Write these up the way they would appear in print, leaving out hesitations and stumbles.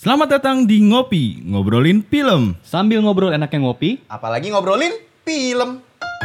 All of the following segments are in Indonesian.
Selamat datang di Ngopi, ngobrolin film. Sambil ngobrol enaknya ngopi. Apalagi ngobrolin film.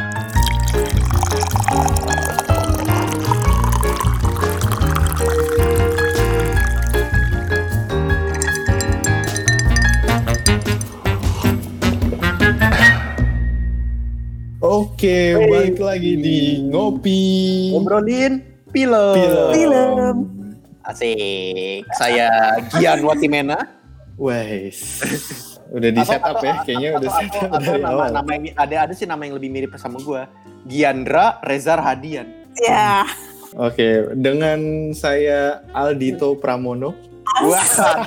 Oke, balik lagi di Ngopi. Ngobrolin film. Asik. Saya Gian Watimena. Wes. Udah di setup ya, kayaknya udah setup dari awal. Nama yang ada sih nama yang lebih mirip sama gue. Giandra Reza Hadian. Ya. Oke, dengan saya Aldito Pramono. Wah.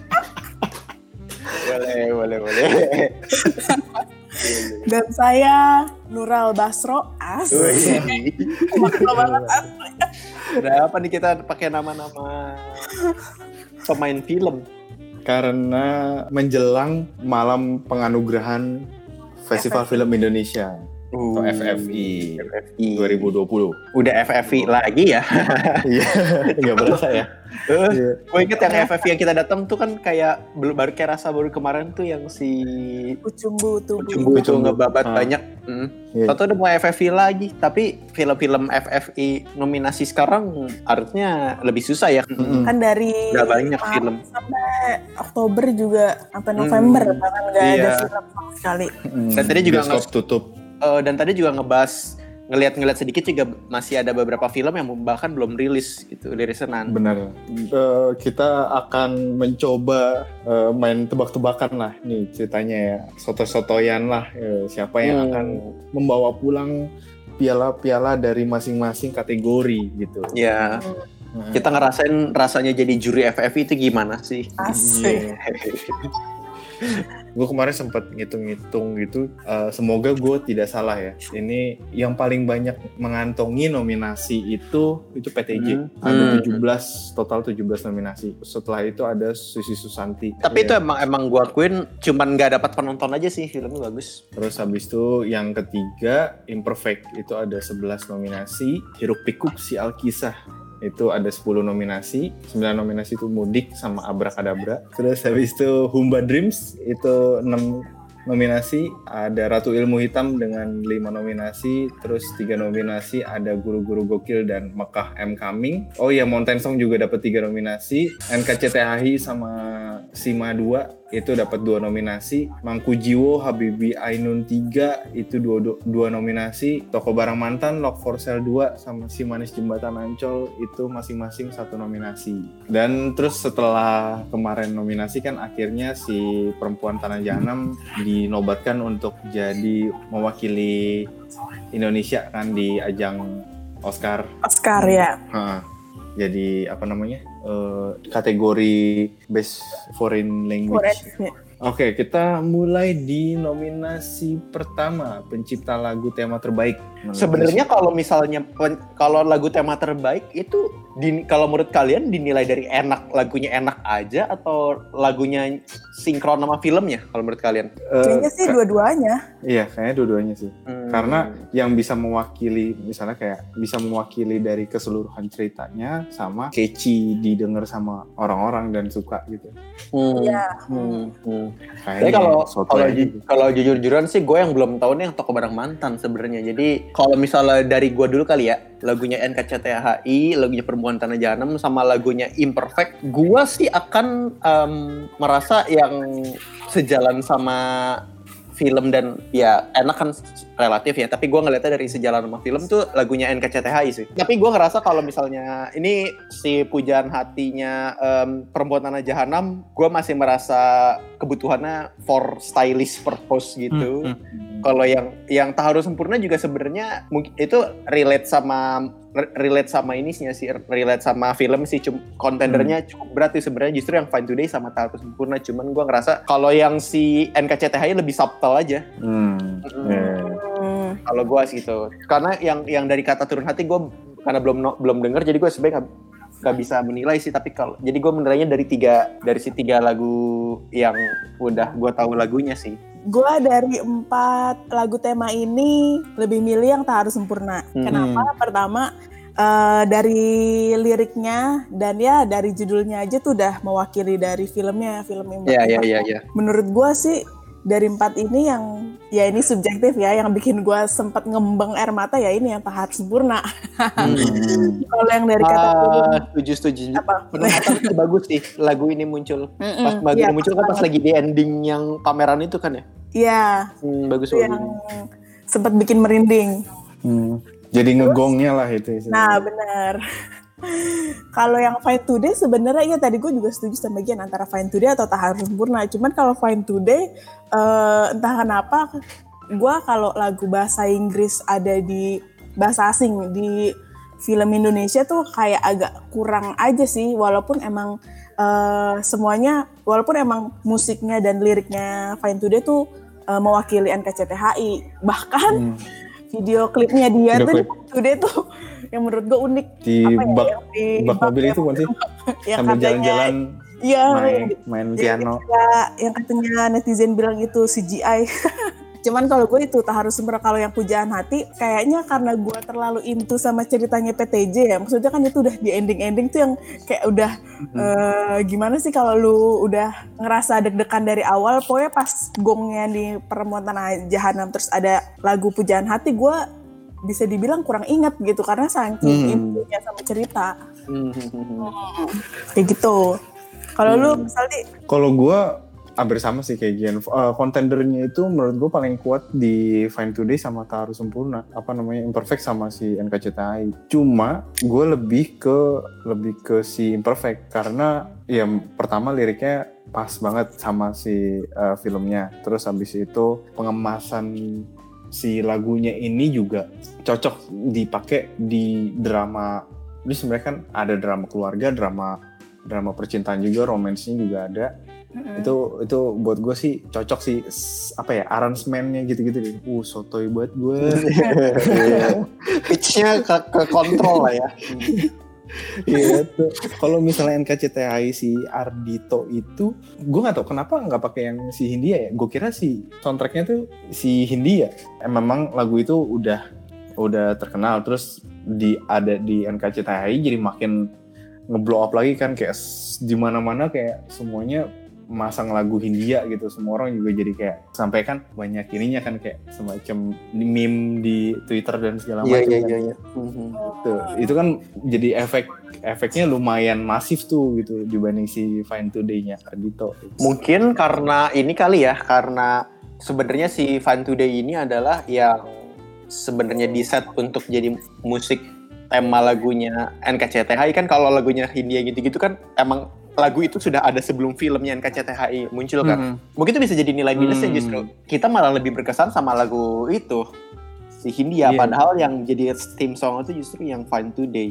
boleh. Dan saya Nural Basro. Asik. Makna banget asli. Kenapa nih kita pakai nama-nama pemain film? Karena menjelang malam penganugerahan Festival Film Indonesia atau FFI 2020. Udah FFI lagi ya? Iya, nggak berasa ya. Gue inget yang FFI yang kita datang tuh kan kayak baru kayak rasa baru kemarin tuh yang si Ucumbu tuh ngebabat banyak. Yeah. Tahu udah mau FFI lagi, tapi film-film FFI nominasi sekarang harusnya lebih susah ya. Kan dari Nggak banyak Maret film. sampai Oktober juga sampai November bahkan nggak ada Iya. film sama sekali. Dan tadi juga bioskop tutup. Dan tadi juga ngebahas ngelihat sedikit juga masih ada beberapa film yang bahkan belum rilis gitu dari Senan. Benar. Kita akan mencoba main tebak-tebakan lah nih ceritanya ya. Soto-sotoyan lah siapa yang akan membawa pulang piala-piala dari masing-masing kategori gitu. Ya. Kita ngerasain rasanya jadi juri FFI itu gimana sih? Asik. Gue kemarin sempat ngitung-ngitung gitu, semoga gue tidak salah ya. Ini yang paling banyak mengantongi nominasi itu PTJ. Ada 17 nominasi. Setelah itu ada Susi Susanti. Tapi itu emang gue akuin cuman nggak dapat penonton aja sih, filmnya bagus. Terus habis itu yang ketiga Imperfect itu ada 11 nominasi. Hiruk Pikuk Si Alkisah itu ada 10 nominasi. 9 nominasi itu Mudik sama Abrakadabra. Terus habis itu Humba Dreams itu 6 nominasi. Ada Ratu Ilmu Hitam dengan 5 nominasi. Terus 3 nominasi ada Guru-Guru Gokil dan Mekah M Coming. Oh iya, Mountain Song juga dapat 3 nominasi. NKCTHI sama Sima 2 itu dapat 2 nominasi. Mangku Jiwo Habibi Ainun 3 itu 2 nominasi. Toko Barang Mantan Lock for Sale 2 sama Si Manis Jembatan Ancol itu masing-masing 1 nominasi. Dan terus setelah kemarin nominasi kan akhirnya si Perempuan Tanah Jahanam dinobatkan untuk jadi mewakili Indonesia kan di ajang Oscar ya. Jadi kategori Best Foreign Language. Oke, kita mulai di nominasi pertama, pencipta lagu tema terbaik. Sebenarnya kalau misalnya kalau lagu tema terbaik itu kalau menurut kalian dinilai dari lagunya enak aja atau lagunya sinkron sama filmnya kalau menurut kalian? Kayaknya sih dua-duanya. Iya, kayaknya dua-duanya sih. Karena yang bisa mewakili, misalnya kayak bisa mewakili dari keseluruhan ceritanya sama catchy didengar sama orang-orang dan suka gitu. Iya. Tapi kalau jujur-jujuran sih gue yang belum tahu nih yang Toko Barang Mantan sebenarnya. Jadi kalau misalnya dari gue dulu kali ya, lagunya NKCTHI, lagunya Perempuan Tanah Jahanam sama lagunya Imperfect, gue sih akan merasa yang sejalan sama film dan ya enak kan relatif ya, tapi gue ngeliatnya dari sejalan sama film tuh lagunya NKCTHI sih. Tapi gue ngerasa kalau misalnya ini si pujaan hatinya Perempuan Tanah Jahanam, gue masih merasa kebutuhannya for stylish purpose gitu. Kalau yang Tak Harus Sempurna juga sebenarnya itu relate sama ini sih, relate sama film sih, kontendernya cukup berat sih sebenarnya. Justru yang Fine Today sama Tak Harus Sempurna, cuman gue ngerasa kalau yang si NKCTHI lebih subtle aja. Kalau gue sih gitu, karena yang dari Kata Turun Hati gue karena belum denger, jadi gue sebenarnya nggak bisa menilai sih. Tapi jadi gue menilainya dari tiga lagu yang udah gue tahu lagunya sih. Gue dari 4 lagu tema ini lebih milih yang Tak Harus Sempurna. Kenapa? Pertama, dari liriknya dan ya dari judulnya aja tuh udah mewakili dari filmnya, film yang Iya. menurut gue sih dari 4 ini yang ya ini subjektif ya, yang bikin gue sempat ngembang air mata ya ini yang Tahap Sempurna. Kalau yang dari kata setuju. Penempatan itu bagus sih lagu ini muncul. Pas lagu ini muncul kan pas lagi di ending yang pameran itu kan ya. Iya. Bagus yang sempat bikin merinding. Jadi ngegongnya lah itu. Nah benar. Kalau yang Fine Today sebenarnya ya tadi gue juga setuju sama bagian antara Fine Today atau Tahap Sempurna. Cuman kalau Fine Today entah kenapa gue kalau lagu bahasa Inggris ada di bahasa asing di film Indonesia tuh kayak agak kurang aja sih, walaupun emang semuanya, walaupun emang musiknya dan liriknya Fine Today tuh mewakili NKCTHI. Bahkan video klipnya dia tuh di Fine Today tuh yang menurut gue unik. Di bak mobil itu kan sih? Sambil jalan-jalan main piano. Yang katanya netizen bilang itu CGI. Cuman kalau gue itu Tahap Sempurna. Kalau yang Pujaan Hati kayaknya karena gue terlalu into sama ceritanya PTJ ya. Maksudnya kan itu udah di ending-ending tuh yang kayak udah gimana sih kalau lu udah ngerasa deg-degan dari awal. Pokoknya pas gongnya di Perempuan Tanah Jahanam terus ada lagu Pujaan Hati, gue bisa dibilang kurang ingat gitu karena saking intinya sama cerita. Kayak gitu. Kalau lu misalnya kalau gue hampir sama sih kayak Gian. Contendernya itu menurut gue paling kuat di Fine Today sama Tahap Sempurna. Imperfect sama si NKCTHI. Cuma gue lebih ke si Imperfect karena ya pertama liriknya pas banget sama si filmnya. Terus habis itu pengemasan si lagunya ini juga cocok dipakai di drama. Ini sebenarnya kan ada drama keluarga, drama percintaan juga, romansnya juga ada. Itu buat gue sih cocok sih, arrangementnya gitu-gitu deh. Sotoy buat gue. Pitch-nya ke kontrol lah ya. Iya tuh. Kalau misalnya NKCTHI si Ardhito itu, gue nggak tahu kenapa nggak pakai yang si Hindia ya. Gue kira si soundtracknya tuh si Hindia. Memang lagu itu udah terkenal, terus ada di NKCTHI jadi makin ngeblow up lagi kan, kayak di mana-mana kayak semuanya masang lagu Hindia gitu. Semua orang juga jadi kayak sampai kan banyak ininya kan kayak semacam meme di Twitter dan segala macam. Iya. Itu kan jadi efeknya lumayan masif tuh gitu dibanding si Fine Today-nya Ardhito. Mungkin karena ini kali ya, karena sebenarnya si Fine Today ini adalah yang sebenarnya di set untuk jadi musik tema lagunya NKCTHI kan. Kalau lagunya Hindia gitu-gitu kan emang lagu itu sudah ada sebelum filmnya NKCTHI muncul kan. Mungkin itu bisa jadi nilai minusnya justru. Kita malah lebih berkesan sama lagu itu si Hindia, padahal yang jadi theme song itu justru yang Fine Today.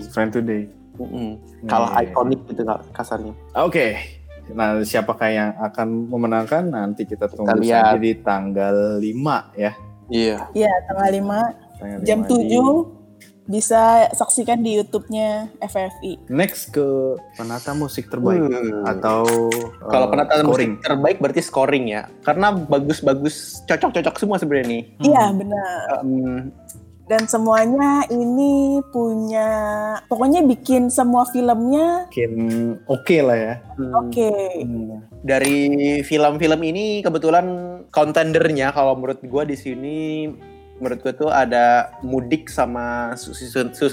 Kalah ikonik gitu kasarnya. Oke. Nah, siapakah yang akan memenangkan? Nanti kita tunggu saja di tanggal 5 ya. Iya, tanggal 5 jam 7 bisa saksikan di YouTube-nya FFI. Next ke penata musik terbaik atau kalau penata musik terbaik berarti scoring ya. Karena bagus-bagus, cocok-cocok semua sebenarnya nih. Iya, benar. Dan semuanya ini punya, pokoknya bikin semua filmnya bikin oke lah ya. Oke. Dari film-film ini kebetulan kontendernya kalau menurut gue di sini, menurut gue tuh ada Mudik sama Susi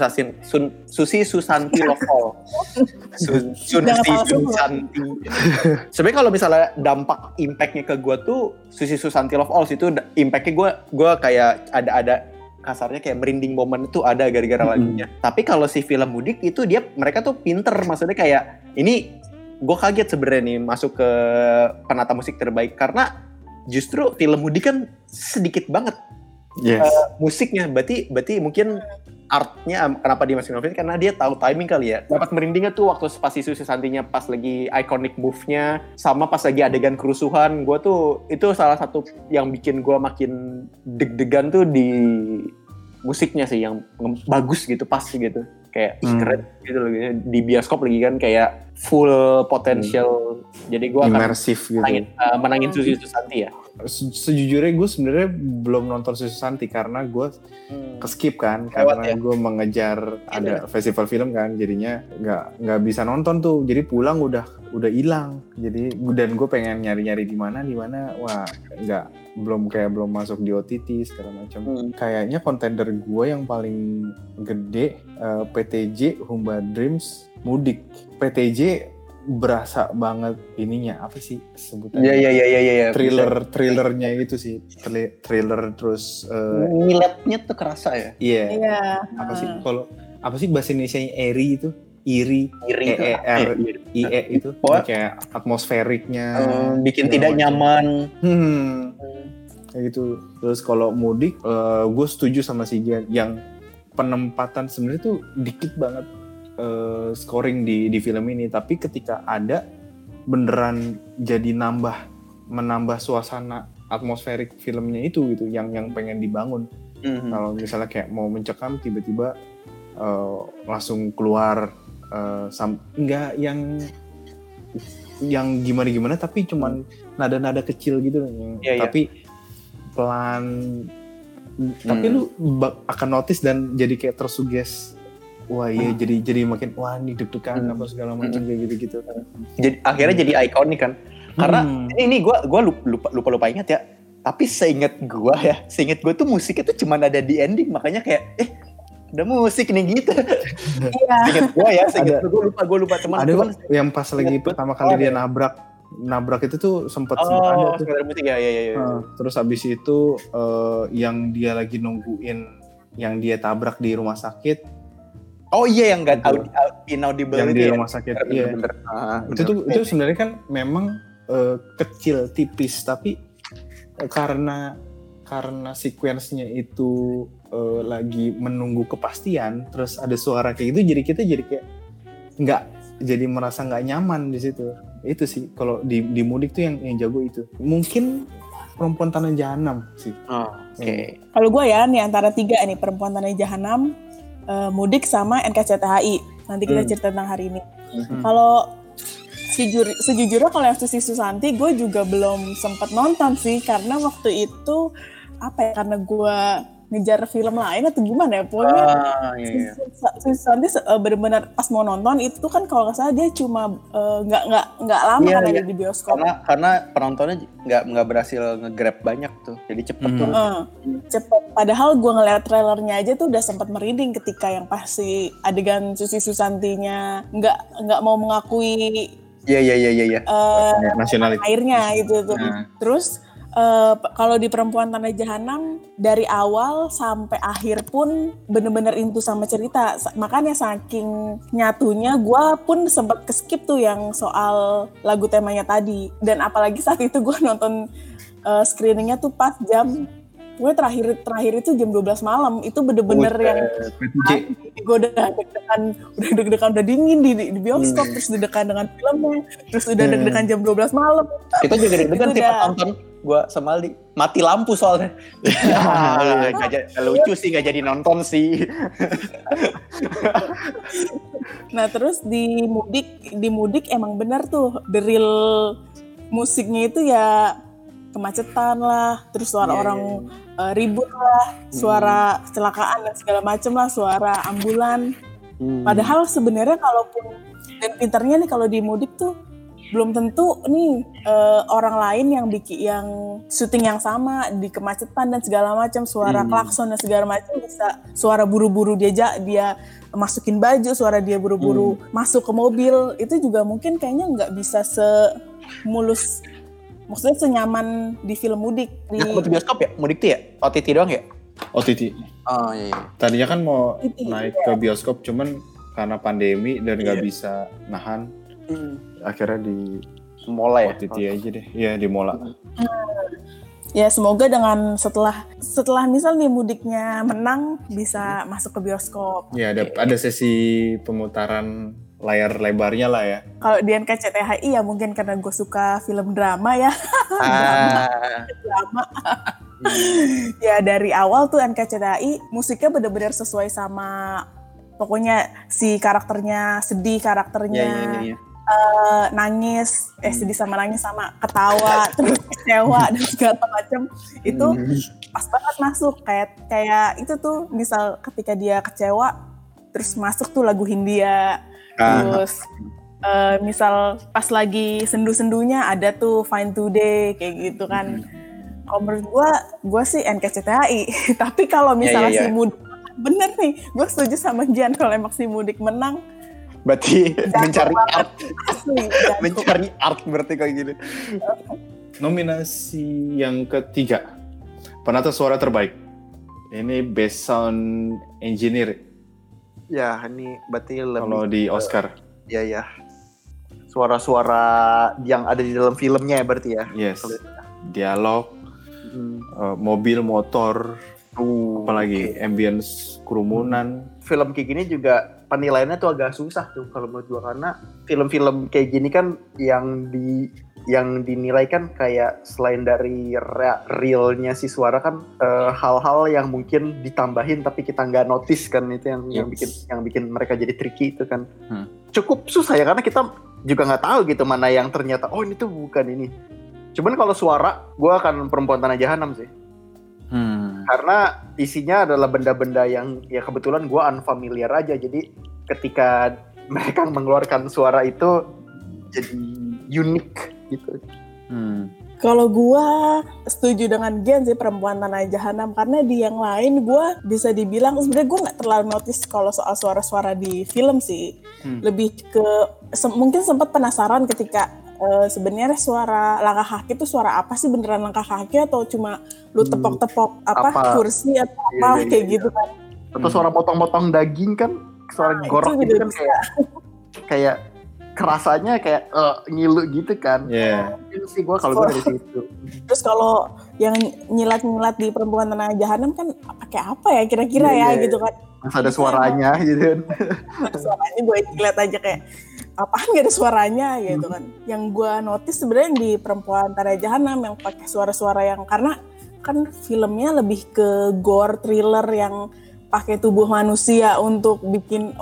Susanti Lovol. Susanti. Sebenarnya kalau misalnya impactnya ke gue tuh Susi Susanti Lovol itu impactnya gue kayak ada kasarnya kayak merinding momen itu ada gara-gara lagunya. Tapi kalau si film Mudik itu mereka tuh pinter, maksudnya kayak ini gue kaget sebenarnya nih masuk ke penata musik terbaik karena justru film Mudik kan sedikit banget. Yes. Musiknya berarti mungkin artnya kenapa dia masih novel karena dia tahu timing kali ya. Dapat merindingnya tuh waktu pas Susi Susantinya pas lagi iconic move-nya sama pas lagi adegan kerusuhan. Gue tuh itu salah satu yang bikin gue makin deg-degan tuh di musiknya sih yang bagus gitu, pas gitu. Kayak keren gitu loh, di bioskop lagi kan kayak full potential. Jadi gue akan Imersif gitu. menangin Susi Susanti ya. Sejujurnya gue sebenarnya belum nonton Susi Susanti karena gue keskip kan, karena gue mengejar ada festival film kan, jadinya nggak bisa nonton tuh, jadi pulang udah hilang. Jadi dan gue pengen nyari di mana, wah belum masuk di OTT segala macam. Kayaknya kontender gue yang paling gede PTJ, Humba Dreams, Mudik. PTJ berasa banget ininya, apa sih sebutannya? Iya. Thrillernya itu sih, thriller terus nyiletnya tuh kerasa ya. Iya. Apa sih bahasa Indonesianya Eri itu? Iri itu kayak atmosferiknya bikin tidak nyaman. Kayak gitu. Terus kalau Mudik, gue setuju sama si Gian yang penempatan sebenarnya tuh dikit banget scoring di film ini, tapi ketika ada beneran jadi menambah suasana atmosferik filmnya itu gitu yang pengen dibangun. Kalau misalnya kayak mau mencekam tiba-tiba langsung keluar nggak yang gimana tapi cuman nada-nada kecil gitu tapi pelan, tapi lu akan notice dan jadi kayak tersuges. Wah iya, jadi makin wah ini deg-degan apa segala macam kayak gitu. Jadi akhirnya jadi ikonik kan. Karena ini gue lupa ingat ya. Tapi seingat gue tuh musiknya tuh cuma ada di ending, makanya kayak ada musik nih gitu. Iya. Seingat gue lupa teman. Ada kok yang pas lagi pertama kali dia nabrak itu tuh sempat ada tuh. Musik ya. Terus abis itu yang dia lagi nungguin yang dia tabrak di rumah sakit. Oh iya, yang nggak inaudible yang itu di ya? Rumah sakit. Iya. Itu sebenarnya kan memang kecil tipis, tapi karena sequence-nya itu lagi menunggu kepastian, terus ada suara kayak gitu, jadi kita jadi kayak jadi merasa nggak nyaman di situ. Itu sih kalau di Mudik tuh yang jago itu. Mungkin Perempuan Tanah Jahanam sih. Oke. Kalau gue ya nih antara 3 nih, Perempuan Tanah Jahanam, Mudik sama NKCTHI. Nanti kita cerita tentang hari ini. Kalau sejujurnya kalau yang Susi Susanti gue juga belum sempat nonton sih, karena waktu itu karena gue ngejar film lain atau gimana ya, pokoknya Susi Susanti benar-benar pas mau nonton itu kan kalau nggak salah dia cuma nggak lama ada di bioskop. Karena penontonnya nggak berhasil nge-grab banyak tuh, jadi cepet tuh. Cepet. Padahal gue ngeliat trailernya aja tuh udah sempat merinding ketika yang pasti adegan Susi Susantinya nggak mau mengakui nasionalitas airnya gitu tuh. Terus kalau di Perempuan Tanah Jahanam dari awal sampai akhir pun bener-bener into sama cerita, makanya saking nyatunya gue pun sempat keskip tuh yang soal lagu temanya tadi. Dan apalagi saat itu gue nonton screeningnya tuh pas jam gue terakhir itu jam 12 malam. Itu bener-bener yang gue udah deg-degan udah dingin di bioskop, terus deg-degan dengan filmnya, terus udah deg-degan jam 12 malam. Kita juga deg-degan tiap nonton. Gue sama Aldi mati lampu soalnya. Gak lucu sih, gak jadi nonton sih. Nah terus di Mudik emang benar tuh the real musiknya itu ya kemacetan lah, terus suara orang ribut lah, suara kecelakaan dan segala macem lah, suara ambulan. Padahal sebenarnya kalaupun, dan pinternya nih kalau di Mudik tuh belum tentu nih orang lain yang syuting yang sama di kemacetan dan segala macam, suara klakson dan segala macam, bisa suara buru-buru dia masukin baju, suara dia buru-buru masuk ke mobil, itu juga mungkin kayaknya nggak bisa semulus, maksudnya senyaman di film Mudik. Di bioskop ya? Mudik tuh ya? OTT doang ya? OTT. Oh iya. Tadinya kan mau naik ke bioskop, cuman karena pandemi dan nggak bisa nahan. Akhirnya di Mola ya? OTT aja deh. Iya, di Mola. Ya semoga dengan setelah misal nih Mudiknya menang bisa masuk ke bioskop. Ya ada sesi pemutaran layar lebarnya lah ya. Kalau di NKCTHI ya mungkin karena gue suka film drama ya. Drama. Ya dari awal tuh NKCTHI musiknya benar-benar sesuai sama, pokoknya si karakternya sedih, karakternya nangis, sedih sama nangis sama ketawa, terus kecewa dan segala macam itu pas banget masuk kayak itu tuh misal ketika dia kecewa terus masuk tuh lagu Hindia, terus misal pas lagi sendu-sendunya ada tuh Fine Today kayak gitu kan. Kalau menurut gue sih NKCTHI. Tapi kalau misalnya si Mudik, bener nih, gue setuju sama Gian kalau emang si Mudik menang. Berarti mencari banget. art. Mencari art berarti kayak gini. Nominasi yang ketiga, penata suara terbaik. Ini Best Sound Engineer. Ya, ini berarti lebih kalau di Oscar. Iya. Suara-suara yang ada di dalam filmnya ya berarti ya. Yes. Dialog, mobil, motor, apalagi ambience kerumunan. Film kayak gini juga penilaiannya tuh agak susah tuh kalau menurut gua, karena film-film kayak gini kan yang dinilai kan kayak selain dari realnya si suara kan hal-hal yang mungkin ditambahin tapi kita nggak notice kan, itu yang bikin mereka jadi tricky itu kan. Cukup susah ya karena kita juga nggak tahu gitu mana yang ternyata ini tuh bukan ini. Cuman kalau suara gue akan Perempuan Tanah Jahanam sih. Karena isinya adalah benda-benda yang ya kebetulan gue unfamiliar aja, jadi ketika mereka mengeluarkan suara itu jadi unik gitu. Kalau gue setuju dengan Gian sih Perempuan Tanah Jahanam, karena di yang lain gue bisa dibilang sebenarnya gue nggak terlalu notice kalau soal suara-suara di film sih. Lebih ke mungkin sempat penasaran ketika sebenarnya suara langkah kaki itu suara apa sih, beneran langkah kaki atau cuma lu tepok-tepok kursi atau apa kayak gitu kan. Atau suara potong-potong daging kan, suara gorok gitu kan kayak kerasanya kayak ngilu gitu kan. Itu sih gue kalau gue dari situ. Terus kalau yang nyilat-nyilat di Perempuan Tanah Jahanam kan pakai apa ya kira-kira gitu kan. Mas ada suaranya gitu kan. Suaranya gue ngeliat aja kayak apaan gak ada suaranya gitu kan. Yang gue notice sebenarnya di Perempuan Tanah Jahanam yang pakai suara-suara yang, karena kan filmnya lebih ke gore thriller yang pakai tubuh manusia untuk bikin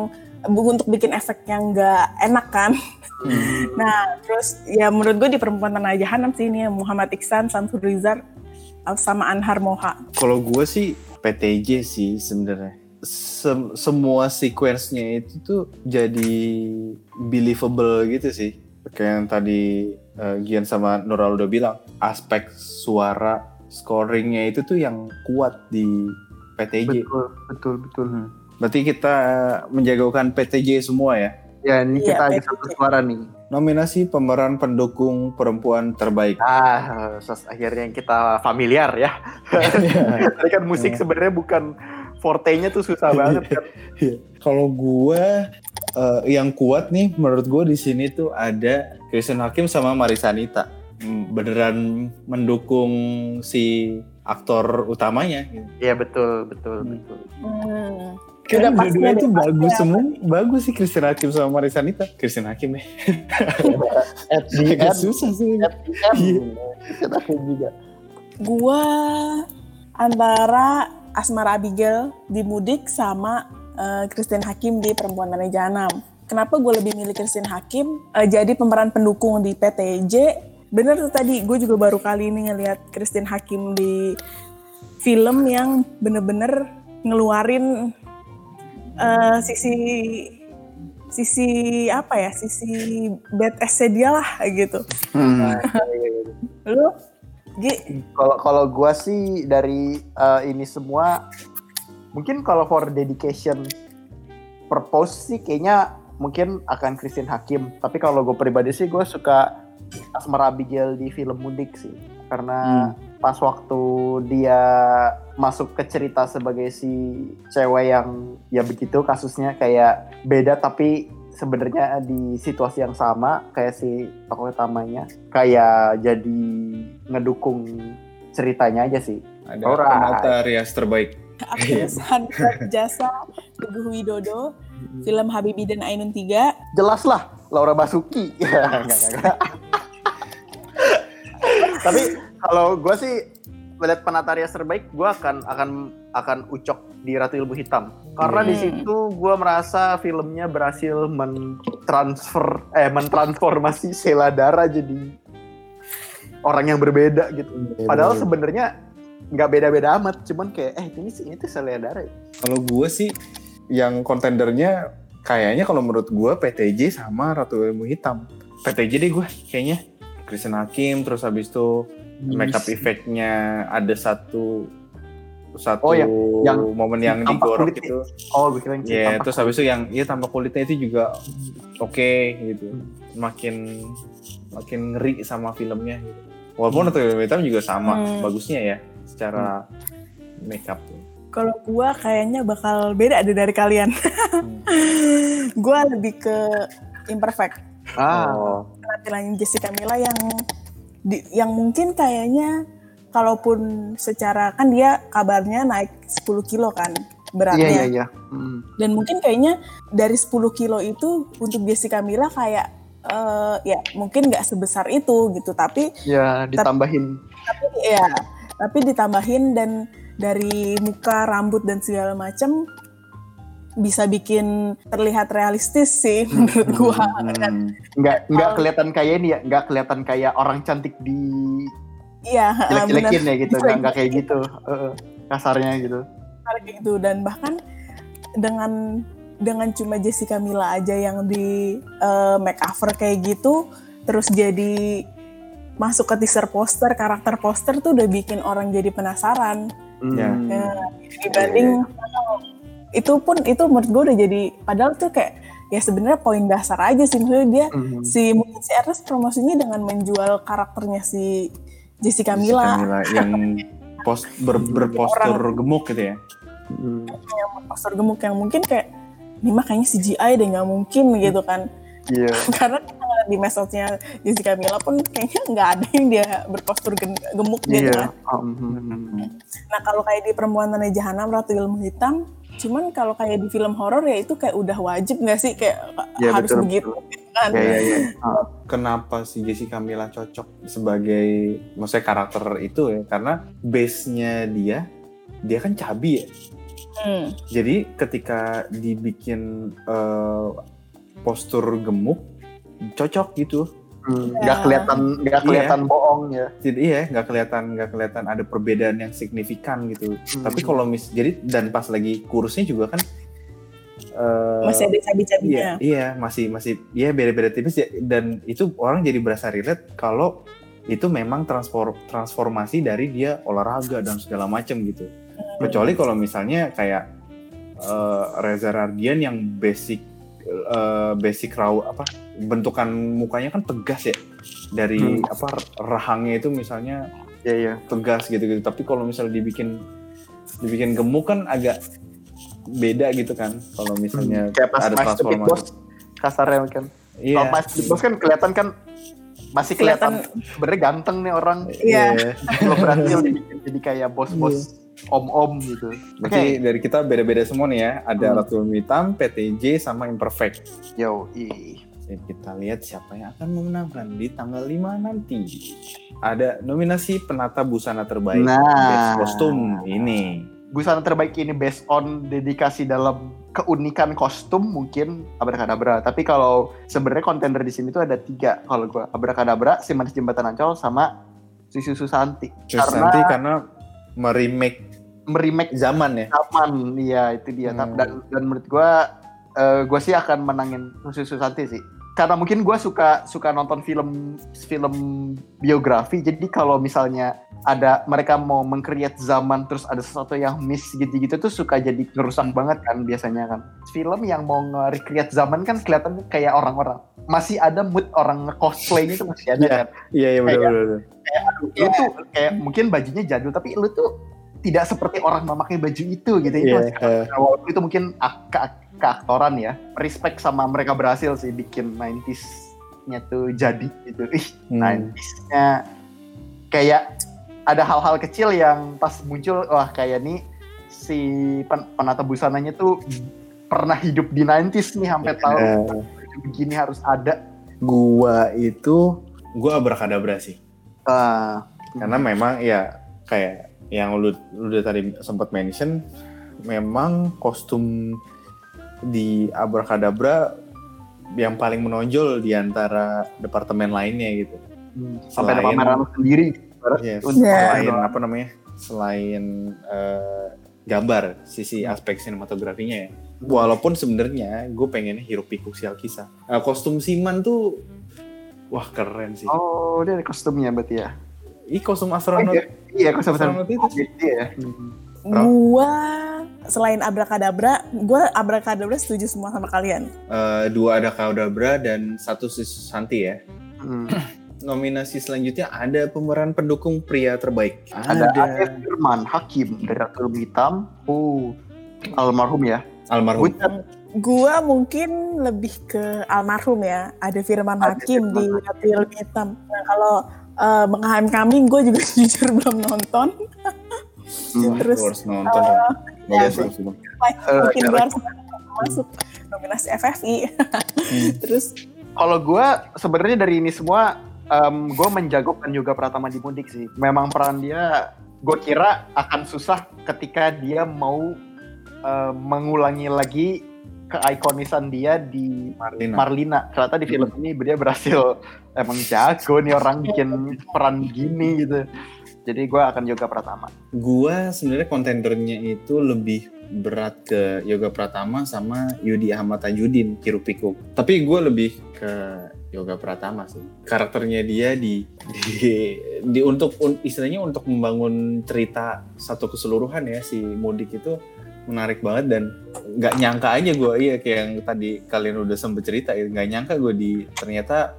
efek yang nggak enak kan. Nah terus ya menurut gue di Perempuan Tanah Jahanam sih ini Muhammad Iksan, Samsul Rizal sama Anhar Moha. Kalau gue sih PTJ sih sebenarnya. Semua sequence-nya itu tuh jadi believable gitu sih. Kayak yang tadi Gian sama Nuraldo bilang, aspek suara scoring-nya itu tuh yang kuat di PTJ. Betul. Berarti kita menjagokan PTJ semua ya? Ya, ini kita ada satu suara nih. Nominasi pemeran pendukung perempuan terbaik. Akhirnya kita familiar ya. Tadi kan musik sebenarnya bukan forte-nya tuh susah banget kan. Kalau gue yang kuat nih menurut gue di sini tuh ada Christian Hakim sama Marissa Anita. Beneran mendukung si aktor utamanya. Iya betul. Kan dua-duanya itu bagus semua. Bagus sih Christian Hakim sama Marissa Anita. Christian Hakim ya. Agak susah sih. Christian Hakim juga. Gua antara Asmara Abigail di Mudik sama Christian Hakim di Perempuan Tanah Jahanam. Kenapa gue lebih milih Christian Hakim jadi pemeran pendukung di PTJ? Bener tuh tadi, gue juga baru kali ini ngelihat Christian Hakim di film yang bener-bener ngeluarin sisi badass-nya dia lah gitu. Lu? Kalau gue sih dari ini semua, mungkin kalau for dedication purpose sih kayaknya mungkin akan Christian Hakim. Tapi kalau gue pribadi sih gue suka Asmara Abigail di film Mudik sih, karena pas waktu dia masuk ke cerita sebagai si cewek yang ya begitu kasusnya kayak beda tapi sebenarnya di situasi yang sama kayak si tokoh utamanya, kayak jadi ngedukung ceritanya aja sih. Ada penata rias terbaik. Aktris Handrat Jasa, Teguh Widodo, film Habibie dan Ainun 3. Jelas lah, Laura Basuki. Tapi kalau gue sih melihat penata rias terbaik, gue akan Ucok di Ratu Ilmu Hitam. Karena di situ gue merasa filmnya berhasil mentransformasi Sheila Dara jadi orang yang berbeda gitu. Padahal sebenarnya nggak beda-beda amat, cuman kayak ini tuh Sheila Dara. Kalau gue sih yang kontendernya kayaknya kalau menurut gue PTJ sama Ratu Ilmu Hitam. PTJ deh gue kayaknya. Christian Hakim, terus habis itu makeup effect-nya ada satu yang momen yang digorok itu. Oh, gue kira yang terus habis itu yang tampak kulitnya itu juga oke gitu. Makin ngeri sama filmnya gitu. Walaupun Ratu Ilmu Hitam juga sama bagusnya ya secara makeup. Kalau gua kayaknya bakal beda dari kalian. Gua lebih ke Imperfect. Penampilan Jessica Milla yang mungkin kayaknya kalaupun secara kan dia kabarnya naik 10 kilo kan beratnya. Iya. Dan mungkin kayaknya dari 10 kilo itu untuk Jessica Milla kayak ya mungkin nggak sebesar itu gitu, tapi ya ditambahin. Tapi ditambahin dan dari muka, rambut dan segala macam bisa bikin terlihat realistis sih menurut gua. Nggak kelihatan kayak ini ya, nggak kelihatan kayak orang cantik di jelek-jelekin ya gitu, nggak kayak gitu kasarnya gitu. Dan bahkan dengan cuma Jessica Milla aja yang di makeover kayak gitu, terus jadi masuk ke teaser poster, karakter poster tuh udah bikin orang jadi penasaran. Dibanding itu menurut gue udah jadi, padahal tuh kayak ya sebenarnya poin dasar aja sih, maksudnya dia si Ernest promosinya dengan menjual karakternya si Jessica Milla yang berpostur gemuk gitu ya. Yang berpostur gemuk yang mungkin kayak ini mah kayaknya CGI deh, nggak mungkin gitu kan. Karena di message-nya Jessica Milla pun kayaknya nggak ada yang dia berpostur gemuk gitu kan. Nah kalau kayak di Perempuan Tanah Jahanam, Ratu Ilmu Hitam, cuman kalau kayak di film horor ya itu kayak udah wajib nggak sih, kayak harus betul, begitu kan. Kenapa si Jessica Milla cocok sebagai maksudnya karakter itu ya, karena base-nya dia kan cabi ya. Jadi ketika dibikin postur gemuk cocok gitu. Nggak kelihatan bohong ya. Nggak kelihatan ada perbedaan yang signifikan gitu. Tapi kalau jadi dan pas lagi kurusnya juga kan masih ada cabi-cabinya. Masih beda-beda tipis ya, dan itu orang jadi berasa relate kalau itu memang transformasi dari dia olahraga dan segala macam gitu. Kecuali kalau misalnya kayak Reza Radian yang basic raw bentukan mukanya kan tegas ya, dari rahangnya itu misalnya tegas gitu. Tapi kalau misalnya dibikin gemuk kan agak beda gitu kan, kalau misalnya ada transformasi kasarnya kan. Kalau pas Big Boss kan kelihatan kan masih kelihatan sebenarnya ganteng nih orang. Kalau berhasil dibikin jadi kayak bos-bos om-om gitu. Berarti dari kita beda-beda semua nih ya. Ada Ratu Ilmu Hitam, PTJ, sama Imperfect. Kita lihat siapa yang akan memenangkan di tanggal 5 nanti. Ada nominasi penata busana terbaik, best kostum ini. Busana terbaik ini based on dedikasi dalam keunikan kostum mungkin Abracadabra. Tapi kalau sebenarnya kontender di sini tuh ada 3 kalau gue. Abracadabra, Si Manis Jembatan Ancol, sama Susi Susanti. Karena meremake zaman ya. Zaman, iya itu dia. Dan menurut gue sih akan menangin Susi Susanti sih. Karena mungkin gue suka nonton film biografi. Jadi kalau misalnya ada mereka mau meng-create zaman terus ada sesuatu yang miss gitu-gitu tuh suka jadi ngerusak banget kan biasanya kan. Film yang mau nge-recreate zaman kan kelihatan kayak orang-orang masih ada mood orang nge-cosplaynya tuh masih ada kan. Iya benar. Kayak lu tuh kayak mungkin bajunya jadul tapi lu tuh tidak seperti orang memakai baju itu gitu. Walaupun itu mungkin keaktoran ya. Respect sama mereka berhasil sih bikin 90s-nya tuh jadi gitu. 90s-nya kayak ada hal-hal kecil yang pas muncul, wah kayak nih si penata busananya tuh pernah hidup di 90s nih sampai tahu begini harus ada. Gua Abracadabra sih. Karena memang ya kayak yang lu udah tadi sempat mention, memang kostum di Abracadabra yang paling menonjol di antara departemen lainnya gitu. Sampai ada pameran sendiri. Selain gambar, sisi aspek sinematografinya ya. Walaupun sebenarnya gue pengennya Hirookiku si Alkisah. Kostum Seaman tuh wah keren sih. Oh, dia ada kostumnya berarti ya. Kostum astronot. Iya, kostum astronot itu. Iya. Gua selain Abracadabra, gue Abracadabra setuju semua sama kalian. 2 ada Kadabra dan 1 Santi ya. Nominasi selanjutnya ada pemeran pendukung pria terbaik. Ada Firman Hakim dari Ratu Hitam. Almarhum ya. Almarhum. Gua mungkin lebih ke almarhum ya. Ada Firman Hakim di Ratu Hitam. Nah, kalau Menghayam Kami, gue juga jujur belum nonton. Terus harus nonton. Mungkin gue harus masuk nominasi FFI. Terus kalau gue sebenarnya dari ini semua gue menjagokan Yoga Pratama di Mudik sih. Memang peran dia gue kira akan susah ketika dia mau mengulangi lagi keikonisan dia di Marlina. Ternyata di film ini dia berhasil emang jago nih orang bikin peran gini gitu. Jadi gue akan Yoga Pratama. Gue sebenarnya kontendernya itu lebih berat ke Yoga Pratama sama Yudi Ahmad Tajuddin, Hirookiku. Tapi gue lebih ke Yoga Pratama sih. Karakternya dia di untuk istilahnya untuk membangun cerita satu keseluruhan ya, si Mudik itu menarik banget dan nggak nyangka aja gue kayak yang tadi kalian udah sempet cerita ya, nggak nyangka gue ternyata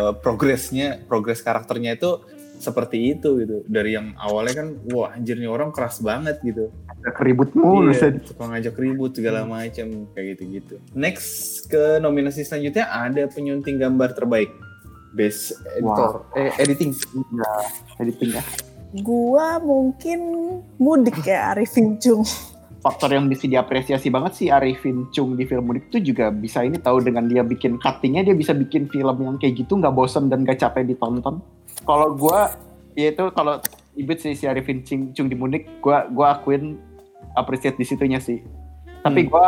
progres karakternya itu seperti itu gitu. Dari yang awalnya kan wah anjir nih orang keras banget gitu, ribut mulu, suka ngajak ribut segala macam kayak gitu. Next ke nominasi selanjutnya ada penyunting gambar terbaik, best editor, editing ya. Gua mungkin Mudik ya, Arifin Chung. Faktor yang bisa diapresiasi banget sih Arifin Chung di film Mudik itu juga bisa ini tahu dengan dia bikin cuttingnya, dia bisa bikin film yang kayak gitu nggak bosan dan nggak capek ditonton. Kalau gue, ya itu kalau ibit si Arifin Chung di Mudik, gue akuin appreciate di situnya sih. Tapi gue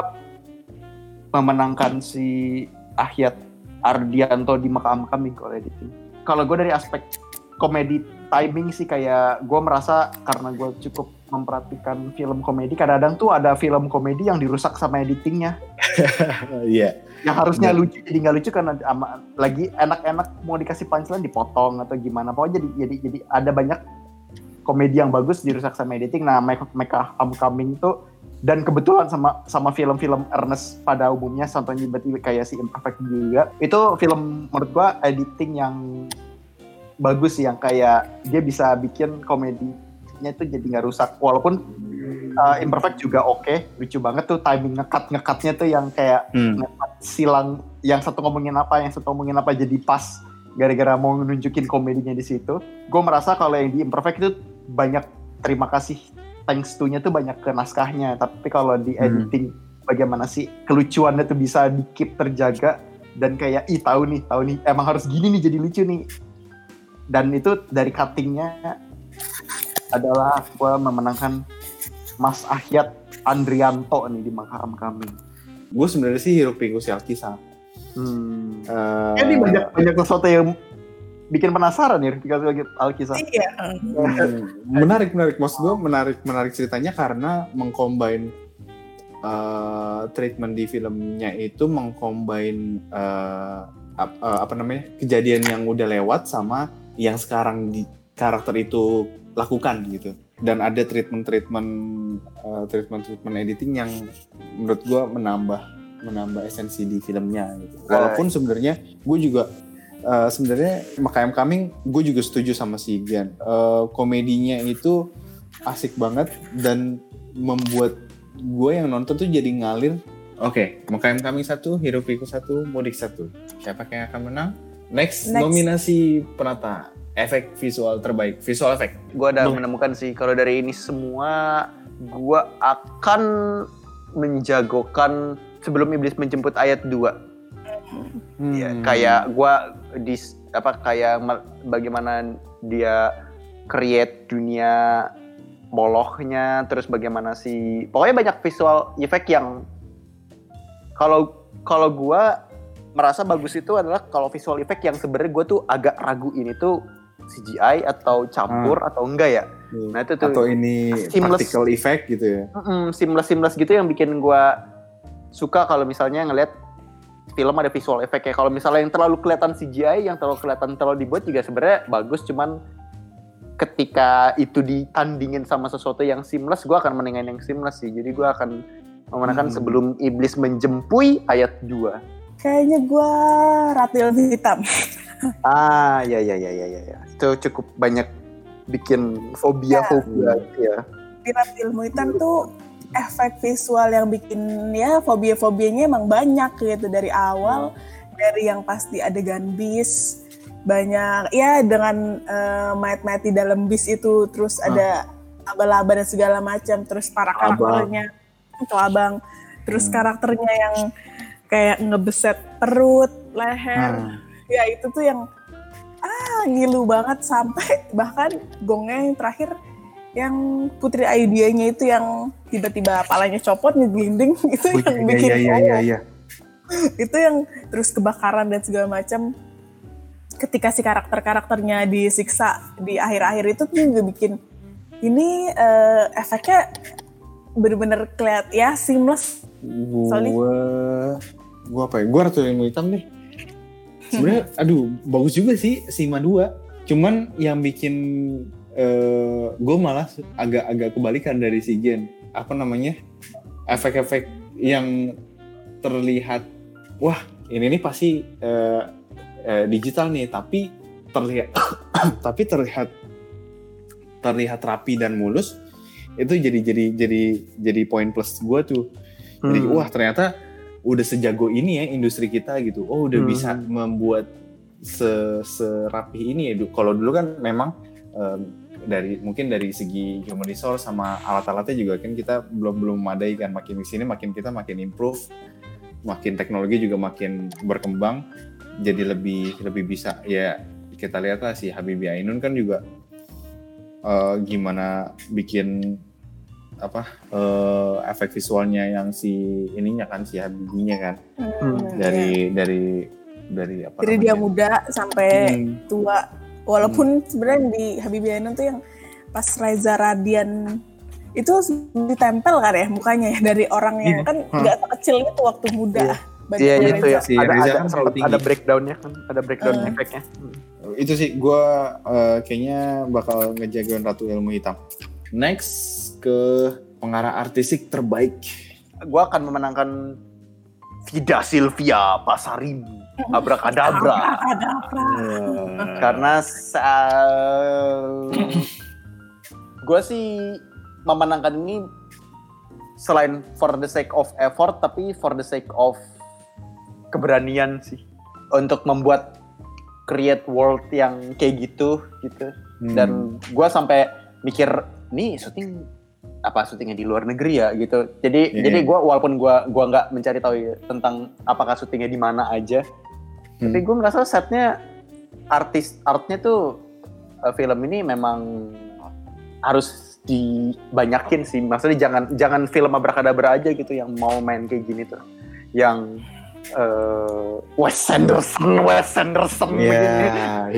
memenangkan si Ahyat Ardianto di Makam Kami kalau editing. Kalau gue dari aspek komedi timing sih kayak gue merasa karena gue cukup memperhatikan film komedi, kadang-kadang tuh ada film komedi yang dirusak sama editingnya. Iya. Yang harusnya lucu jadi nggak lucu karena lagi enak-enak mau dikasih punchline dipotong atau gimana. Pokoknya jadi ada banyak komedi yang bagus dirusak sama editing. Nah, Makam Coming itu dan kebetulan sama film-film Ernest pada umumnya, contohnya berarti kayak si Imperfect juga. Itu film menurut gua editing yang bagus sih, yang kayak dia bisa bikin komedinya itu jadi nggak rusak. Walaupun Imperfect juga oke, lucu banget tuh timing ngekatnya tuh yang kayak silang, yang satu ngomongin apa jadi pas gara-gara mau nunjukin komedinya di situ. Gue merasa kalau yang di Imperfect itu banyak terima kasih thanks to-nya tuh banyak ke naskahnya, tapi kalau di editing bagaimana sih kelucuannya tuh bisa di-keep terjaga dan kayak tahu nih emang harus gini nih jadi lucu nih. Dan itu dari cuttingnya adalah gue memenangkan Mas Ahyat Andrianto nih di Makam Kami. Gue sebenarnya sih Hirookiku si Alkisah. Ini banyak sesuatu yang bikin penasaran ya Hirookiku Alkisah. Iya. Menarik. Maksud gue menarik ceritanya karena mengcombine treatment di filmnya itu mengcombine kejadian yang udah lewat sama yang sekarang di karakter itu lakukan gitu. Dan ada treatment editing yang menurut gue menambah esensi di filmnya gitu. Walaupun sebenarnya gue juga sebenarnya Makam Coming gue juga setuju sama si Gian. Komedinya itu asik banget dan membuat gue yang nonton tuh jadi ngalir. Oke, Makam Coming 1, Hirookiku 1, Mudik 1. Siapa yang akan menang? Next. Nominasi penata efek visual terbaik, visual effect. Gue udah menemukan sih, kalau dari ini semua gue akan menjagokan Sebelum Iblis Menjemput ayat 2. Ya, kayak gue kayak bagaimana dia create dunia molochnya, terus bagaimana pokoknya banyak visual effect yang kalau gue merasa bagus itu adalah kalau visual effect yang sebenarnya gue tuh agak ragu ini tuh CGI atau campur atau enggak ya. Nah itu tuh atau ini particle effect gitu ya. Seamless gitu yang bikin gue suka kalau misalnya ngelihat film ada visual effect ya. Kalau misalnya yang terlalu kelihatan CGI, yang terlalu dibuat juga sebenarnya bagus, cuman ketika itu ditandingin sama sesuatu yang seamless, gue akan mendingan yang seamless sih. Jadi gue akan memenangkan Sebelum Iblis Menjempui ayat 2. Kayaknya gue Ratu Ilmu Hitam. Ya. Itu cukup banyak bikin fobia ya. Di Ratu Ilmu Hitam tuh efek visual yang bikin ya fobia-fobianya emang banyak gitu dari awal, dari yang pasti adegan bis banyak ya dengan mayat-mayat di dalam bis itu, terus ada laba-laba dan segala macam, terus para karakternya itu abang, terus karakternya yang kayak ngebeset perut, leher, ya itu tuh yang ngilu banget, sampai bahkan gongnya yang terakhir yang Putri Aidianya itu yang tiba-tiba palanya copot ngeglinding itu yang bikin iya. Itu yang terus kebakaran dan segala macam. Ketika si karakternya disiksa di akhir-akhir itu tuh juga bikin ini efeknya bener-bener kelihatan ya seamless. Gue apa ya? Gue Ratu Ilmu Hitam deh. Sebenarnya, bagus juga sih Sima 2. Cuman yang bikin gue malah agak kebalikan dari si Gen. Apa namanya? Efek-efek yang terlihat, wah ini nih pasti digital nih, tapi terlihat rapi dan mulus. Itu jadi poin plus gue tuh. Jadi wah ternyata udah sejago ini ya industri kita gitu. Oh udah bisa membuat serapi ini ya. Kalau dulu kan memang mungkin dari segi human resource sama alat-alatnya juga kan kita belum memadai kan. Makin kesini makin improve, makin teknologi juga makin berkembang, jadi lebih bisa ya. Kita lihat lah si Habibie Ainun kan juga gimana bikin efek visualnya yang si ininya kan, si Habibie-nya kan. Dari apa dari namanya? dia muda sampai tua. Walaupun sebenarnya di Habibie Ainun tuh yang pas Reza Radian itu ditempel kan ya mukanya ya, dari orangnya kan nggak kecil itu waktu muda. Iya itu ya. Si Reza kan ada breakdown-nya kan, ada breakdown efeknya. Itu sih gue kayaknya bakal ngejagain Ratu Ilmu Hitam. Next ke pengarah artistik terbaik. Gue akan memenangkan Vida Silvia Pasaribu, Abrakadabra. Karena gue sih memenangkan ini selain for the sake of effort, tapi for the sake of keberanian sih untuk membuat create world yang kayak gitu. Dan gue sampai mikir nih syutingnya di luar negeri ya gitu. Jadi gue walaupun gue nggak mencari tahu ya, tentang apakah syutingnya di mana aja, tapi gue merasa setnya artnya tuh film ini memang harus dibanyakin sih. Maksudnya jangan film Abrakadabra aja gitu yang mau main kayak gini tuh, yang Wes Anderson begini.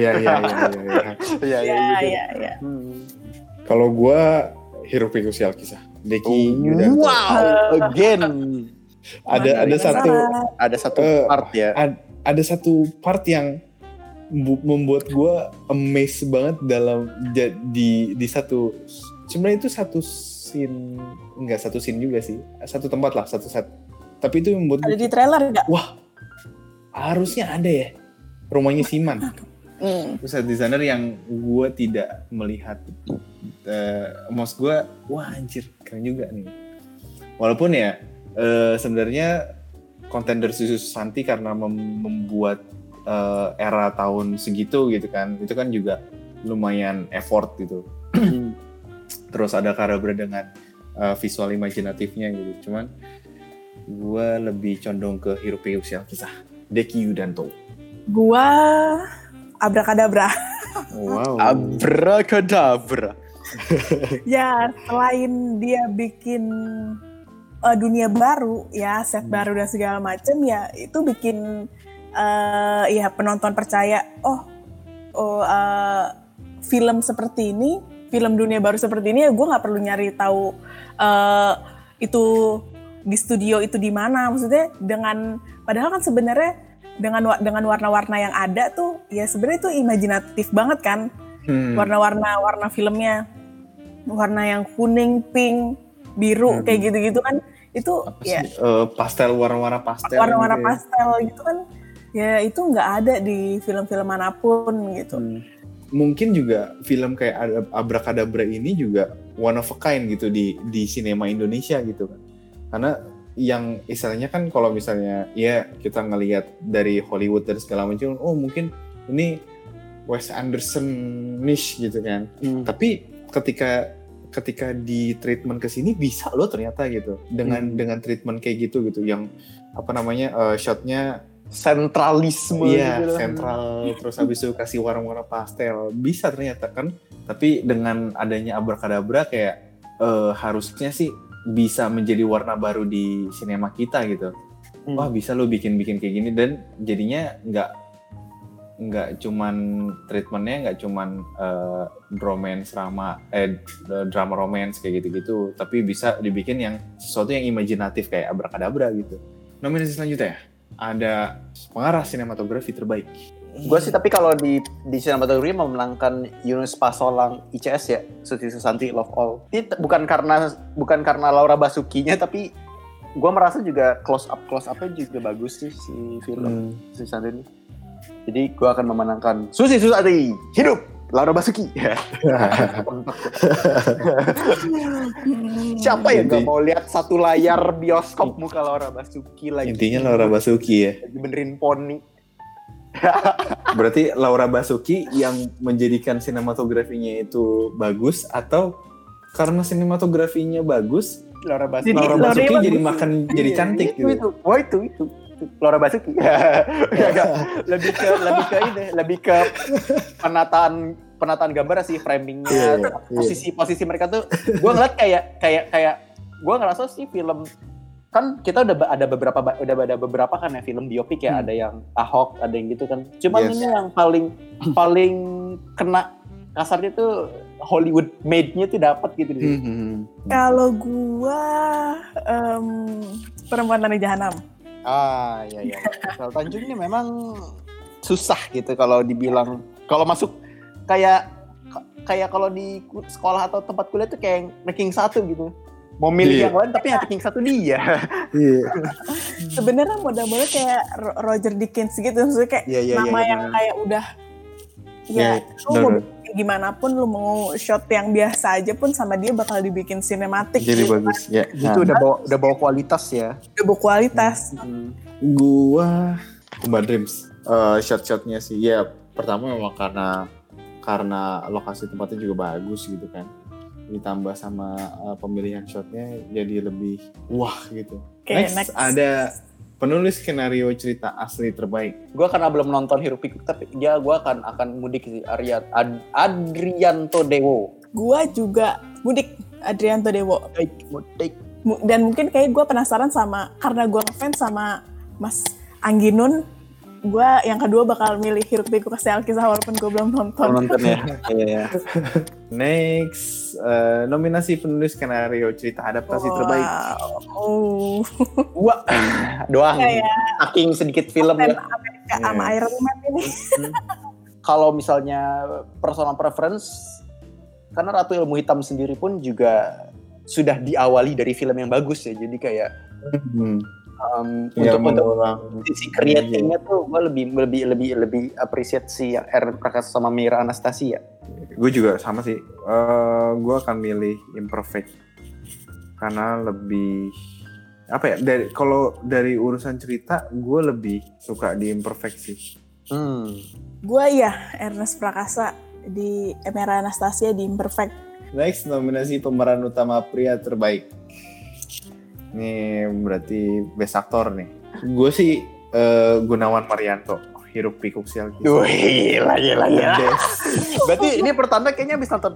Iya. Kalau gue Hiropi Kushial Kisah, Deki Yudanto. Wow, again. Ada satu part ya. Ada satu part yang membuat gue amazed banget dalam di satu, sebenarnya itu satu scene, enggak satu scene juga sih, satu tempat lah, satu set. Tapi itu membuat ada di trailer enggak? Wah, harusnya ada ya. Rumahnya Siman. Set designer yang gue tidak melihat. Maksud gue, wah anjir, keren juga nih. Walaupun ya sebenarnya kontender Susu Santi karena membuat era tahun segitu gitu kan, itu kan juga lumayan effort gitu. Terus ada Kadabra dengan visual imajinatifnya gitu. Cuman gue lebih condong ke Hiropi Kushial Kisah, Deki Yudanto. Gua Abrakadabra. Wow. Abrakadabra. Ya, selain dia bikin dunia baru, ya set baru dan segala macam, ya itu bikin ya penonton percaya, film seperti ini, film dunia baru seperti ini, ya gue nggak perlu nyari tahu itu di studio itu di mana. Maksudnya padahal kan sebenarnya dengan warna-warna yang ada tuh, ya sebenarnya itu imajinatif banget kan. Warna filmnya, warna yang kuning, pink, biru, kayak gitu-gitu kan, itu ya pastel, warna-warna pastel pastel gitu kan, ya itu nggak ada di film-film manapun gitu. Mungkin juga film kayak Abracadabra ini juga one of a kind gitu di sinema Indonesia gitu kan, karena yang istilahnya kan kalau misalnya ya kita ngelihat dari Hollywood dan segala macam, mungkin ini Wes Anderson niche gitu kan, tapi ketika di treatment ke sini bisa loh ternyata gitu dengan treatment kayak gitu yang shotnya sentralisme gitu. Sentral, terus habis itu kasih warna-warna pastel, bisa ternyata kan. Tapi dengan adanya Abracadabra kayak harusnya sih bisa menjadi warna baru di sinema kita gitu. Wah, bisa lo bikin kayak gini, dan jadinya nggak cuman treatmentnya nggak cuman drama romance kayak gitu, tapi bisa dibikin yang sesuatu yang imajinatif kayak Abracadabra gitu. Nominasi selanjutnya ada pengarah sinematografi terbaik. Gue sih tapi kalau di sinematografi memenangkan Yunus Pasolang ICS ya, Suci Susanti Love All. Ini bukan karena Laura Basuki-nya, tapi gue merasa juga close up-nya juga bagus sih si film Suci Susanti ini. Jadi gue akan memenangkan Suci Susanti hidup Laura Basuki. Siapa yang gak mau lihat satu layar bioskop muka Laura Basuki lagi? Intinya Laura Basuki ya. Lagi benerin poni. Berarti Laura Basuki yang menjadikan sinematografinya itu bagus, atau karena sinematografinya bagus Laura Basuki jadi cantik gitu. Itu Laura Basuki. lebih ke penataan gambar sih, framingnya, posisi mereka tuh. Gue ngeliat kayak gue ngerasa sih film kan kita udah ada beberapa kan ya film biopik ya, ada yang Ahok, ada yang gitu kan. Cuman ini yang paling kena kasarnya tuh Hollywood made-nya tuh dapat gitu. Kalau gue Perempuan Tanah Jahanam. Iya. Kalau Tanjung ini memang susah gitu kalau dibilang, kalau masuk kayak kalau di sekolah atau tempat kuliah tuh kayak ranking 1 gitu. Mau milih yang lain tapi yang ranking 1 dia. Sebenarnya model-model kayak Roger Deakins gitu, maksudnya kayak nama yang kayak udah lu mau bikin gimana pun, lu mau shot yang biasa aja pun sama dia bakal dibikin sinematik. Jadi gitu bagus kan. Itu udah bawa kualitas ya. Udah bawa kualitas. Gua Kumba Dreams. Shot-shotnya sih ya, pertama memang karena lokasi tempatnya juga bagus gitu kan, ditambah sama pemilihan shotnya jadi lebih wah gitu. Next ada penulis skenario cerita asli terbaik. Gue karena belum nonton Hiruk Pikuk, tapi gue akan mudik sih, Adrianto Dewo. Gue juga mudik Adrianto Dewo. Mudik. Dan mungkin kayak gue penasaran karena gue ngefans sama Mas Angginun, gue yang kedua bakal milih Hiruk Pikuk Kasih Alkisah walaupun gue belum nonton. Iya. Next, nominasi penulis skenario cerita adaptasi terbaik. Gua doang. Saking sedikit film ya. Amerika sama Iron Man ini. Kalau misalnya personal preference, karena Ratu Ilmu Hitam sendiri pun juga sudah diawali dari film yang bagus ya. Jadi kayak untuk sisi creating-nya tuh gue lebih appreciate si Ernest Prakasa sama Mira Anastasia. Gue juga sama sih. Gue akan milih Imperfect karena lebih apa ya, kalau dari urusan cerita gue lebih suka di Imperfect sih. Gue Ernest Prakasa di Mira Anastasia di Imperfect. Next, nominasi pemeran utama pria terbaik. Ini berarti best aktor nih. Gue sih Gunawan Marianto, Hiruk Pikuk Si Alkisah. Gila. Berarti ini pertanda kayaknya habis nonton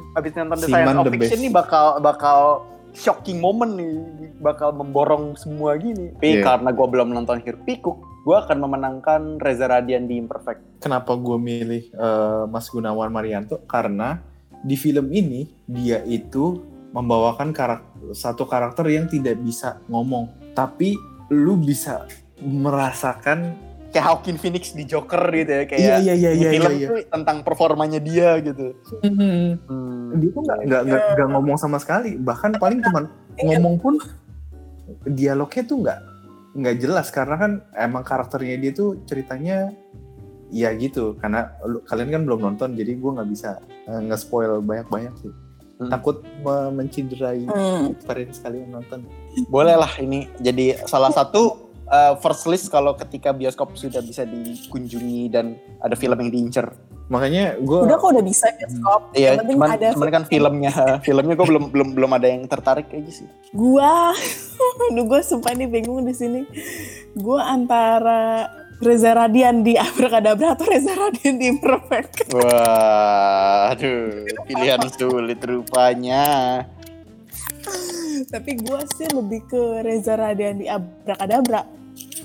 abis nonton The Siman Science of the Fiction best. nih bakal shocking moment nih, bakal memborong semua gini. Tapi karena gue belum nonton Hiruk Pikuk, gue akan memenangkan Reza Radian di Imperfect. Kenapa gue milih Mas Gunawan Marianto? Karena di film ini dia itu membawakan satu karakter yang tidak bisa ngomong, tapi lu bisa merasakan Kayak Joaquin Phoenix di Joker gitu ya, kayak film itu tentang performanya dia gitu. Dia tuh nggak ngomong sama sekali, bahkan paling cuman ngomong pun dialognya tuh nggak jelas karena kan emang karakternya dia tuh ceritanya ya gitu. Karena kalian kan belum nonton, jadi gue nggak bisa nge-spoil banyak sih. Takut menciderai experience kalian nonton. Boleh lah ini jadi salah satu first list kalau ketika bioskop sudah bisa dikunjungi dan ada film yang diincer. Makanya gue udah kok udah bisa bioskop. Iya, Yang penting cuman ada kan filmnya gue belum ada yang tertarik aja sih. Gue sumpah nih bingung di sini. Gue antara Reza Radian di Abracadabra atau Reza Radian di Imperfect. Wah, aduh, pilihan sulit rupanya. Tapi gue sih lebih ke Reza Radian di Abracadabra.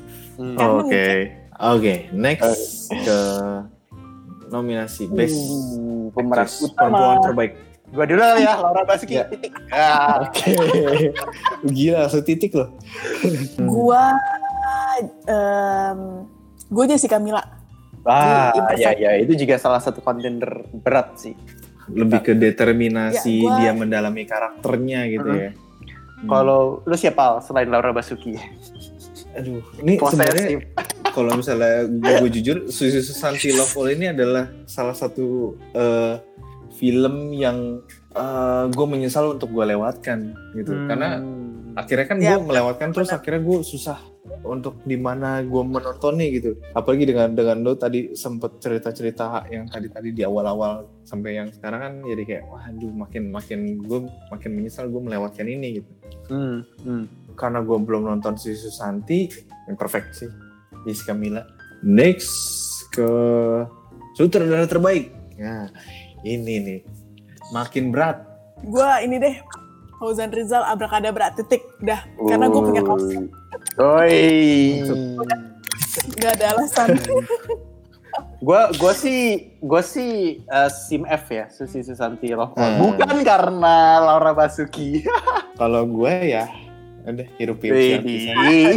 Oke, next ke nominasi Best pemeran Actress utama Perempuan Terbaik. Gua dulu ya, Laura Basuki. Titik. Oke. Gila, setitik loh. Gue Jessica Mila. Ya, itu juga salah satu contender berat sih. Lebih ke determinasi Ya, dia mendalami karakternya gitu ya. Kalau lu siapa selain Laura Basuki? Aduh, ini sebenarnya kalau misalnya gue jujur, Susi Susanti Love All ini adalah salah satu film yang gue menyesal untuk gue lewatkan gitu. Karena akhirnya kan gue melewatkan, terus akhirnya gue susah untuk di mana gue menontonnya gitu. Apalagi dengan lo tadi sempet cerita-cerita yang tadi di awal-awal sampai yang sekarang kan jadi kayak waduh makin menyesal gue melewatkan ini gitu. Karena gue belum nonton Susi Susanti, Imperfect sih, Jessica Mila. Next ke sutradara terbaik. Nah, ini nih makin berat. Gue ini deh, Fauzan Rizal Abracadabra titik udah. Karena gue punya kaos. Gak ada alasan. Gue sih Sim F ya, Susi Susanti Love All. Bukan karena Laura Basuki. Kalau gue ya ada Hiruk Pikuk Alkisah.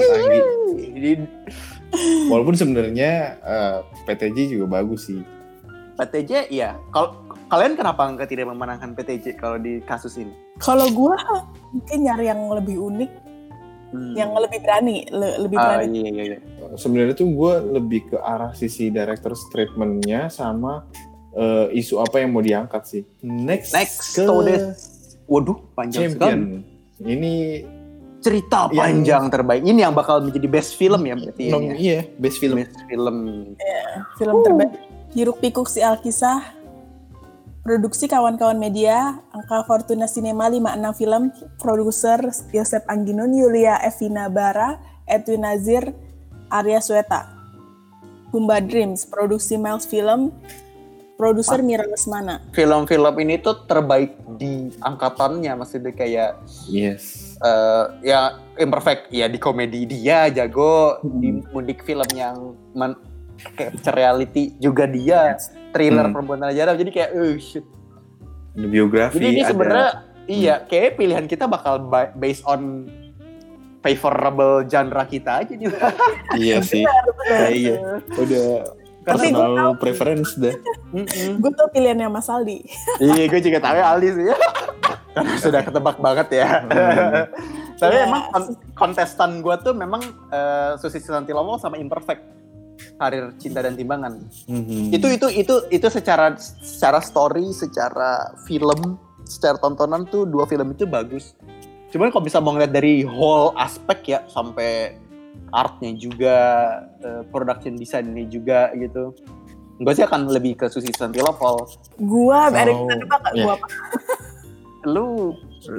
Walaupun sebenarnya PTJ juga bagus sih. PTJ ya. Kalau kalian kenapa nggak tidak memenangkan PTJ kalau di kasus ini? Kalau gue mungkin nyari yang lebih unik, yang lebih berani, lebih berani. Iya. Sebenarnya tuh gue lebih ke arah sisi director's treatment-nya sama isu apa yang mau diangkat sih. Next ke waduh, panjang sekali. Ini cerita panjang terbaik. Ini yang bakal menjadi best film ya berarti. Iya, best film. Film terbaik. Hiruk Pikuk Si Alkisah. Produksi kawan-kawan media, angka Fortuna Cinema 56 film, produser Yosep Angginun, Yulia Evina Bara, Edwin Nazir, Arya Sweta. Humba Dreams, produksi Miles Film, produser Mira Lesmana. Film-film ini tuh terbaik di angkatannya, maksudnya kayak yes. Ya Imperfect, ya di komedi dia jago, di mudik film yang reality juga dia, thriller perempuan tanah jahanam, jadi kayak shit. Biografi. Jadi ini sebenarnya kayak pilihan kita bakal based on favorable genre kita aja nih. Iya sih. Iya. Udah personal preference dah. Gue tuh pilihannya Mas Aldi. Iya, gue juga tahu ya Aldi sih. Karena sudah ketebak banget ya. Tapi emang kontestan gue tuh memang Susi Susanti Love All sama Imperfect, Karir Cinta dan Timbangan. Itu secara story, secara film, secara tontonan tuh dua film itu bagus. Cuman kalau bisa mau ngeliat dari whole aspek ya, sampai artnya juga, production design-nya juga gitu, gue sih akan lebih ke Susi Susanti Love All. Gua Eric Tandema gua apa? Lu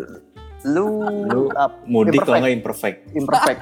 mudik kalau nggak Imperfect.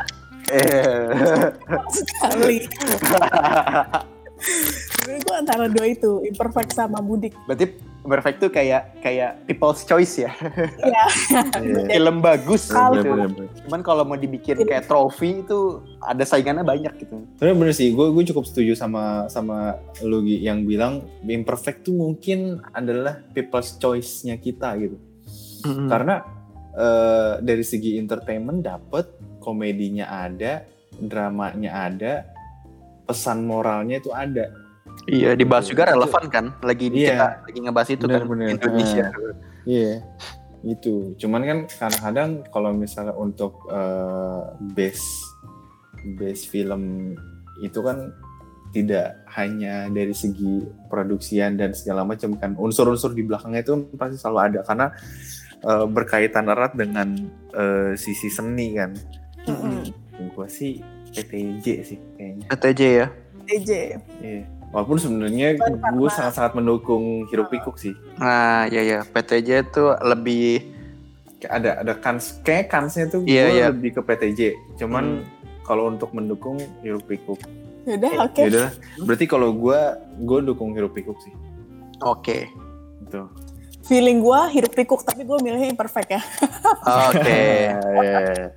Sekali. Gue antara dua itu, Imperfect sama mudik. Berarti Imperfect tuh kayak people's choice ya. Iya. Film bagus Kalau- gitu. Cuman kalau mau dibikin kayak trofi itu ada saingannya banyak gitu. Bener sih, gue cukup setuju sama lu Gi, yang bilang Imperfect tuh mungkin adalah people's choice-nya kita gitu. Karena dari segi entertainment dapet, komedinya ada, dramanya ada, pesan moralnya itu ada. Iya, dibahas juga relevan kan? Lagi Iya. kita lagi ngebahas itu Bener. kan Indonesia. Iya, itu. Cuman kan kadang-kadang kalau misalnya untuk base film itu kan tidak hanya dari segi produksian dan segala macam kan, unsur-unsur di belakangnya itu pasti selalu ada karena berkaitan erat dengan sisi seni kan. Gua sih PTJ sih kayaknya. PTJ ya. DJ. Iya. Walaupun sebenarnya gue sangat-sangat mendukung Hiruk Pikuk sih. Nah, ya PTJ tuh lebih Ada kansnya tuh Iya, gue iya. lebih ke PTJ. Cuman kalau untuk mendukung Hiruk Pikuk, Yaudah, oke. yaudah. Berarti kalau gue dukung Hiruk Pikuk sih. oke. Gitu. Feeling gue hirup pikuk, tapi gue milihnya Imperfect ya. Oke. Ya.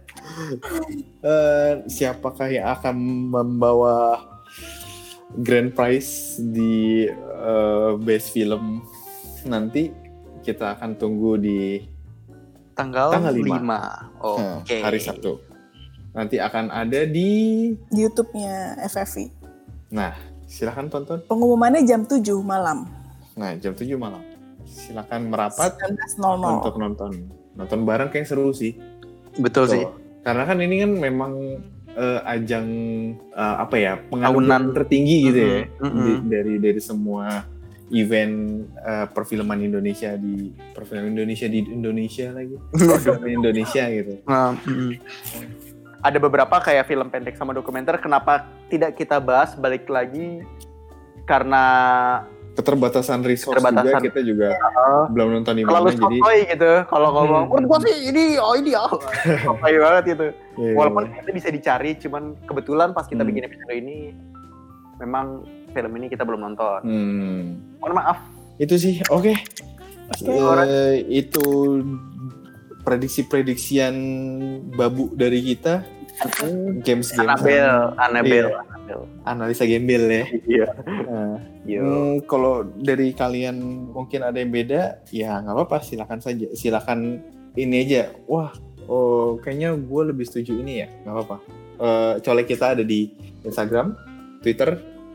Siapakah yang akan membawa grand prize di best film nanti? Kita akan tunggu di Tanggal Tanggal 5. 5. Oke. Hari Sabtu. Nanti akan ada di... Di YouTube-nya FFI. Nah, silakan tonton. Pengumumannya jam 7 malam. Nah, jam 7 malam. Silakan merapat 19.00. untuk nonton. Nonton bareng kayak seru sih. Betul sih. Karena kan ini kan memang ajang Tahunan. penghargaan tertinggi gitu ya. Mm-mm. Dari semua event perfilman Indonesia di Indonesia lagi. Perfilman Indonesia gitu. Nah, ada beberapa kayak film pendek sama dokumenter. Kenapa tidak kita bahas balik lagi? Karena Keterbatasan resource Keterbatasan. juga, kita juga belum nonton di terlalu mana jadi sotoy gitu. Kalau ngomong, gua sih ini sotoy banget gitu. iya. Walaupun itu bisa dicari, cuman kebetulan pas kita Hmm. bikin episode ini, memang film ini kita belum nonton. Mohon maaf. Itu sih, oke. Oke. Itu prediksi-prediksian babu dari kita. Games Annabelle. analisa gembel ya. Iya. Nah, Yo. kalau dari kalian mungkin ada yang beda, ya nggak apa-apa, silakan saja. Silakan ini aja. Wah, kayaknya gue lebih setuju ini ya. Nggak apa-apa. Colek kita ada di Instagram, Twitter.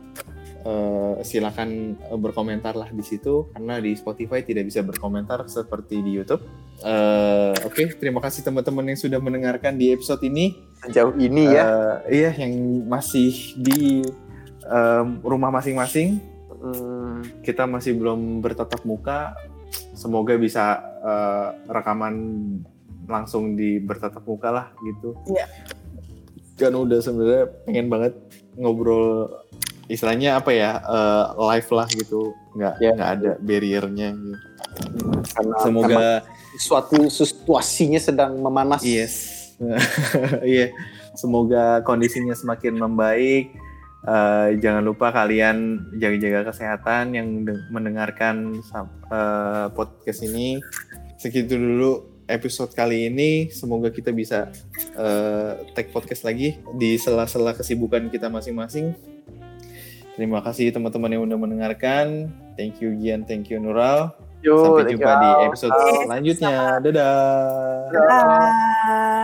Silakan berkomentar lah di situ, karena di Spotify tidak bisa berkomentar seperti di YouTube. Oke, terima kasih teman-teman yang sudah mendengarkan di episode ini. Sejauh ini ya. Iya, yang masih di rumah masing-masing. Kita masih belum bertatap muka. Semoga bisa rekaman langsung di bertatap muka lah gitu. Iya. Kan udah sebenarnya pengen banget ngobrol, istilahnya apa ya, live lah gitu. Nggak ada barriernya gitu. Karena Semoga suatu situasinya sedang memanas. yes. Iya, semoga kondisinya semakin membaik. Jangan lupa kalian jaga-jaga kesehatan yang mendengarkan podcast ini. Segitu dulu episode kali ini. Semoga kita bisa take podcast lagi di sela-sela kesibukan kita masing-masing. Terima kasih teman-teman yang udah mendengarkan. Thank you Gian, thank you Nural. Sampai jumpa di episode selanjutnya. Dadah. Bye.